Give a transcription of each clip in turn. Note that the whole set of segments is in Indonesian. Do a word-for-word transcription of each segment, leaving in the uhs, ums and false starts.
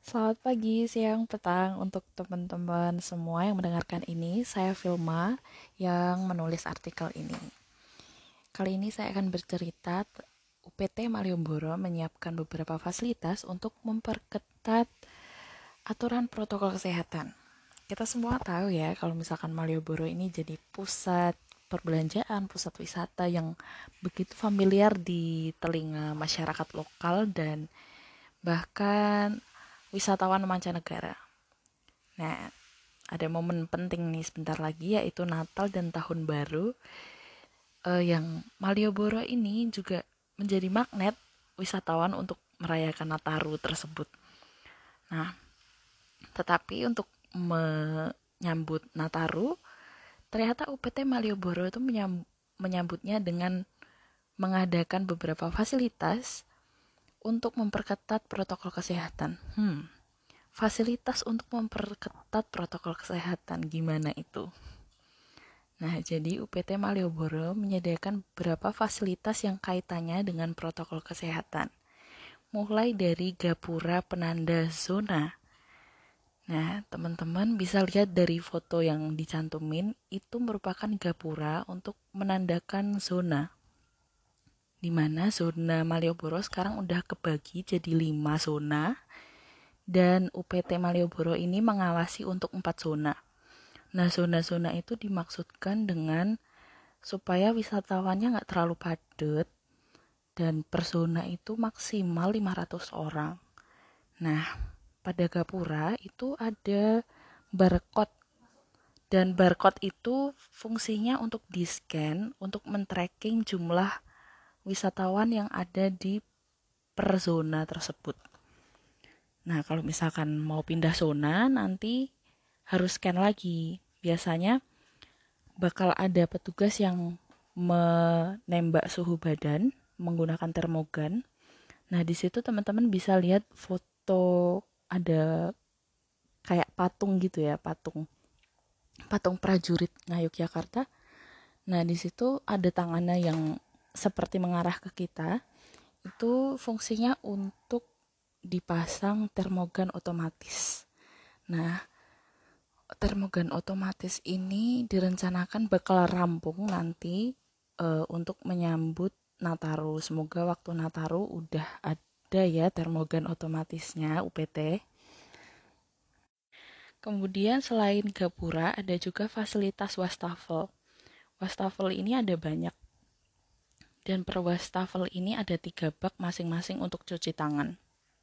Selamat pagi, siang, petang untuk teman-teman semua yang mendengarkan ini. Saya Vilma yang menulis artikel ini. Kali ini saya akan bercerita U P T Malioboro menyiapkan beberapa fasilitas untuk memperketat aturan protokol kesehatan. Kita semua tahu ya kalau misalkan Malioboro ini jadi pusat perbelanjaan, pusat wisata yang begitu familiar di telinga masyarakat lokal dan bahkan wisatawan mancanegara. Nah, ada momen penting nih sebentar lagi yaitu Natal dan Tahun Baru eh, yang Malioboro ini juga menjadi magnet wisatawan untuk merayakan Nataru tersebut. Nah, tetapi untuk menyambut Nataru, ternyata U P T Malioboro itu menyambutnya dengan mengadakan beberapa fasilitas untuk memperketat protokol kesehatan. Hmm, fasilitas untuk memperketat protokol kesehatan gimana itu? Nah, jadi U P T Malioboro menyediakan beberapa fasilitas yang kaitannya dengan protokol kesehatan. Mulai dari gapura penanda zona. Nah, teman-teman bisa lihat dari foto yang dicantumin, itu merupakan gapura untuk menandakan zona. Di mana zona Malioboro sekarang udah kebagi jadi lima zona, dan U P T Malioboro ini mengawasi untuk empat zona. Nah, zona-zona itu dimaksudkan dengan supaya wisatawannya nggak terlalu padat dan per zona itu maksimal lima ratus orang. Nah, pada gapura itu ada barcode dan barcode itu fungsinya untuk di-scan untuk men-tracking jumlah wisatawan yang ada di per zona tersebut. Nah, kalau misalkan mau pindah zona nanti harus scan lagi. Biasanya bakal ada petugas yang menembak suhu badan menggunakan termogan. Nah, di situ teman-teman bisa lihat foto ada kayak patung gitu ya, patung patung prajurit Ngayogyakarta. Nah, di situ ada tangannya yang seperti mengarah ke kita. Itu fungsinya untuk dipasang termogan otomatis. Nah, termogan otomatis ini direncanakan bakal rampung nanti uh, untuk menyambut Nataru. Semoga waktu Nataru udah ada ya termogan otomatisnya U P T. Kemudian selain gapura ada juga fasilitas wastafel. Wastafel ini ada banyak. Dan per wastafel ini ada tiga bak masing-masing untuk cuci tangan.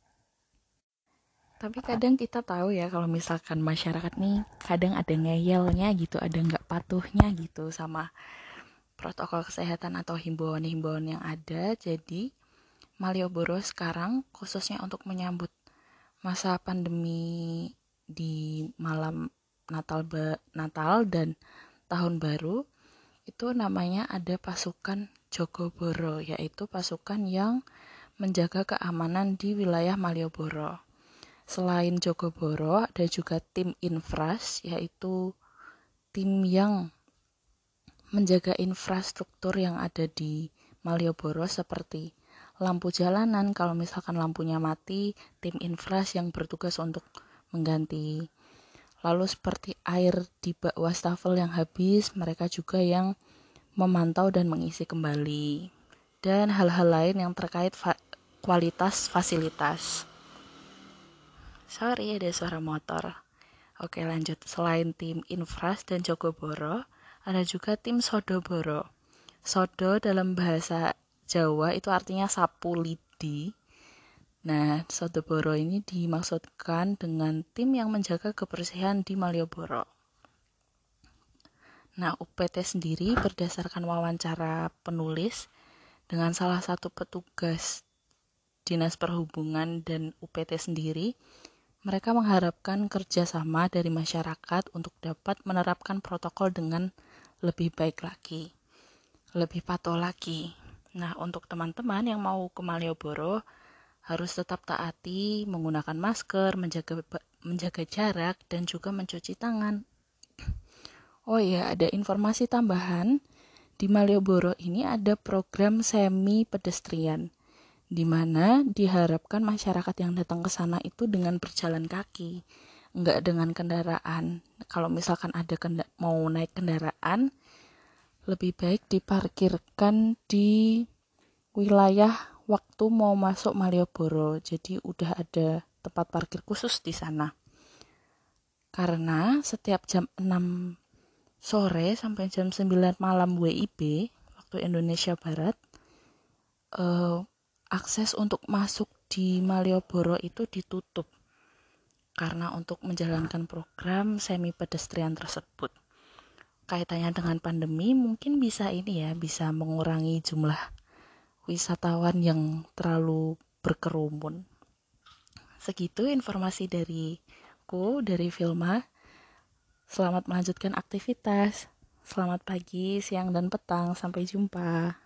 Tapi kadang kita tahu ya kalau misalkan masyarakat nih kadang ada ngeyelnya gitu, ada nggak patuhnya gitu sama protokol kesehatan atau himbauan-himbauan yang ada. Jadi Malioboro sekarang khususnya untuk menyambut masa pandemi di malam Natal Natal dan Tahun Baru itu namanya ada pasukan Jogoboro, yaitu pasukan yang menjaga keamanan di wilayah Malioboro. Selain Jogoboro ada juga tim Infras, yaitu tim yang menjaga infrastruktur yang ada di Malioboro seperti lampu jalanan. Kalau misalkan lampunya mati, tim infras yang bertugas untuk mengganti. Lalu seperti air di bak wastafel yang habis, mereka juga yang memantau dan mengisi kembali. Dan hal-hal lain yang terkait fa- kualitas fasilitas. Sorry, ada suara motor. Oke, lanjut. Selain tim Infras dan Jogoboro, ada juga tim Sodoboro. Sodo dalam bahasa Jawa itu artinya sapu lidi. Nah, Sodoboro ini dimaksudkan dengan tim yang menjaga kebersihan di Malioboro. Nah, U P T sendiri berdasarkan wawancara penulis dengan salah satu petugas Dinas Perhubungan dan U P T sendiri, mereka mengharapkan kerjasama dari masyarakat untuk dapat menerapkan protokol dengan lebih baik lagi, lebih patuh lagi. Nah, untuk teman-teman yang mau ke Malioboro, harus tetap taati menggunakan masker, menjaga menjaga jarak, dan juga mencuci tangan. Oh iya, ada informasi tambahan. Di Malioboro ini ada program semi pedestrian, di mana diharapkan masyarakat yang datang ke sana itu dengan berjalan kaki, enggak dengan kendaraan. Kalau misalkan ada kenda- mau naik kendaraan, lebih baik diparkirkan di wilayah waktu mau masuk Malioboro. Jadi udah ada tempat parkir khusus di sana. Karena setiap jam enam sore sampai jam sembilan malam W I B, waktu Indonesia Barat, eh, akses untuk masuk di Malioboro itu ditutup karena untuk menjalankan program semi pedestrian tersebut. Kaitannya dengan pandemi mungkin bisa ini ya, bisa mengurangi jumlah wisatawan yang terlalu berkerumun. Segitu informasi dariku, dari Filma. Selamat melanjutkan aktivitas. Selamat pagi, siang, dan petang. Sampai jumpa.